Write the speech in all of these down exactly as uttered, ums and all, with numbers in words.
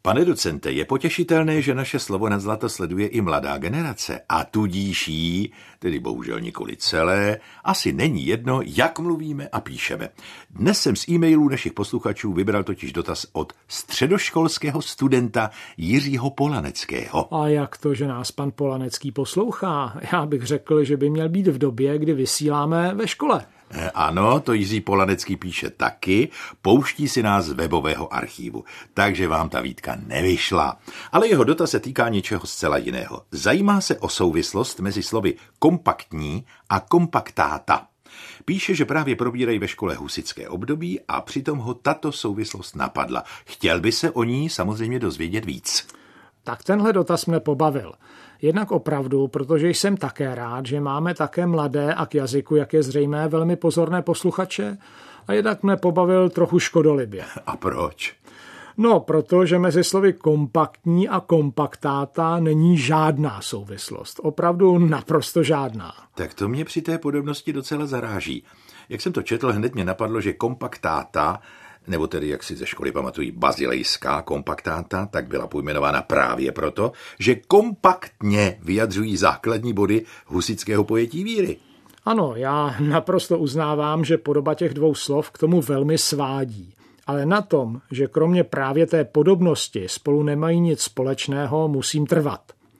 Pane docente, je potěšitelné, že naše slovo nad zlato sleduje i mladá generace a tudíž jí, tedy bohužel nikoli celé, asi není jedno, jak mluvíme a píšeme. Dnes jsem z e-mailů našich posluchačů vybral totiž dotaz od středoškolského studenta Jiřího Polaneckého. A jak to, že nás pan Polanecký poslouchá? Já bych řekl, že by měl být v době, kdy vysíláme ve škole. Ano, to Jiří Polanecký píše taky, pouští si nás z webového archívu, takže vám ta výtka nevyšla. Ale jeho dotaz se týká něčeho zcela jiného. Zajímá se o souvislost mezi slovy kompaktní a kompaktáta. Píše, že právě probírají ve škole husitské období a přitom ho tato souvislost napadla. Chtěl by se o ní samozřejmě dozvědět víc. Tak tenhle dotaz mne pobavil. Jednak opravdu, protože jsem také rád, že máme také mladé a k jazyku, jak je zřejmé, velmi pozorné posluchače, a jednak mne pobavil trochu škodolibě. A proč? No, protože mezi slovy kompaktní a kompaktáta není žádná souvislost. Opravdu naprosto žádná. Tak to mě při té podobnosti docela zaráží. Jak jsem to četl, hned mě napadlo, že kompaktáta, nebo tedy, jak si ze školy pamatují, bazilejská kompaktáta, tak byla pojmenována právě proto, že kompaktně vyjadřují základní body husitského pojetí víry. Ano, já naprosto uznávám, že podoba těch dvou slov k tomu velmi svádí. Ale na tom, že kromě právě té podobnosti spolu nemají nic společného, musím trvat.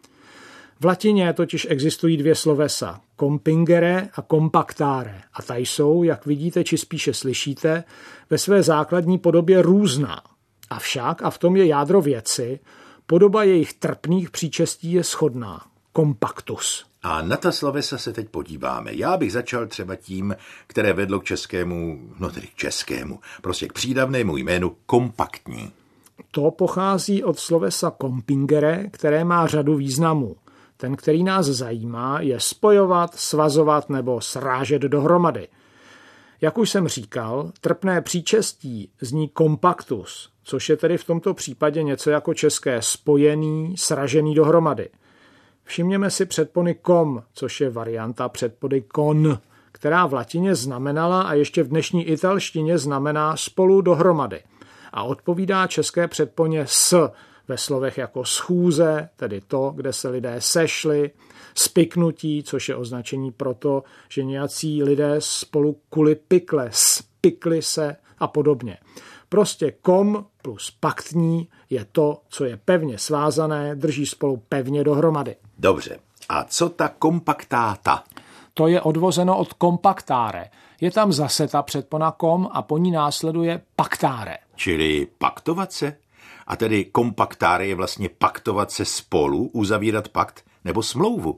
V latině totiž existují dvě slovesa, compingere a compactare, a ta jsou, jak vidíte, či spíše slyšíte, ve své základní podobě různá. Avšak, a v tom je jádro věci, podoba jejich trpných příčestí je shodná. Compactus. A na ta slovesa se teď podíváme. Já bych začal třeba tím, které vedlo k českému, no tedy k českému, prostě k přídavnému jménu kompaktní. To pochází od slovesa compingere, které má řadu významů. Ten, který nás zajímá, je spojovat, svazovat nebo srážet dohromady. Jak už jsem říkal, trpné příčestí zní compactus, což je tedy v tomto případě něco jako české spojený, sražený dohromady. Všimněme si předpony com, což je varianta předpody con, která v latině znamenala a ještě v dnešní italštině znamená spolu dohromady. A odpovídá české předponě s, ve slovech jako schůze, tedy to, kde se lidé sešli, spiknutí, což je označení pro to, že nějací lidé spolu kuli pikle, spikli se a podobně. Prostě kom plus paktní je to, co je pevně svázané, drží spolu pevně dohromady. Dobře. A co ta kompaktáta? To je odvozeno od kompaktáre. Je tam zase ta předpona kom a po ní následuje paktáre. Čili paktovat se? A tedy kompaktáre je vlastně paktovat se spolu, uzavírat pakt nebo smlouvu.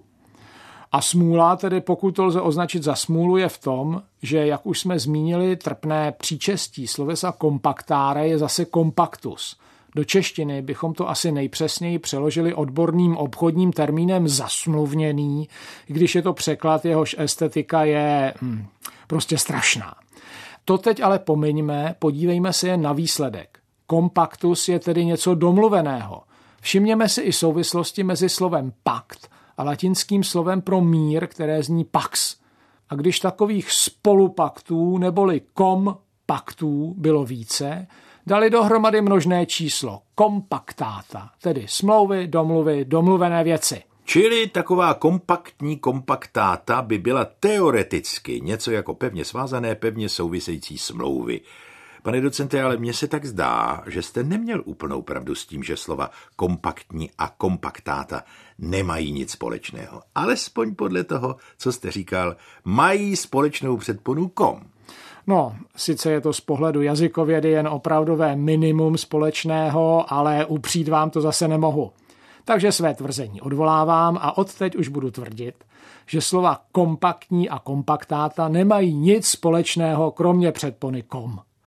A smůla, tedy pokud to lze označit za smůlu, je v tom, že, jak už jsme zmínili, trpné příčestí slovesa kompaktáre je zase kompaktus. Do češtiny bychom to asi nejpřesněji přeložili odborným obchodním termínem zasmluvněný, když je to překlad, jehož estetika je hm, prostě strašná. To teď ale pomiňme, podívejme se jen na výsledek. Kompaktus je tedy něco domluveného. Všimněme si i souvislosti mezi slovem pakt a latinským slovem pro mír, které zní pax. A když takových spolupaktů neboli kompaktů bylo více, dali dohromady množné číslo kompaktáta, tedy smlouvy, domluvy, domluvené věci. Čili taková kompaktní kompaktáta by byla teoreticky něco jako pevně svázané, pevně související smlouvy. Pane docente, ale mně se tak zdá, že jste neměl úplnou pravdu s tím, že slova kompaktní a kompaktáta nemají nic společného. Alespoň podle toho, co jste říkal, mají společnou předponu kom. No, sice je to z pohledu jazykovědy jen opravdové minimum společného, ale upřít vám to zase nemohu. Takže své tvrzení odvolávám a odteď už budu tvrdit, že slova kompaktní a kompaktáta nemají nic společného, kromě předpony kom.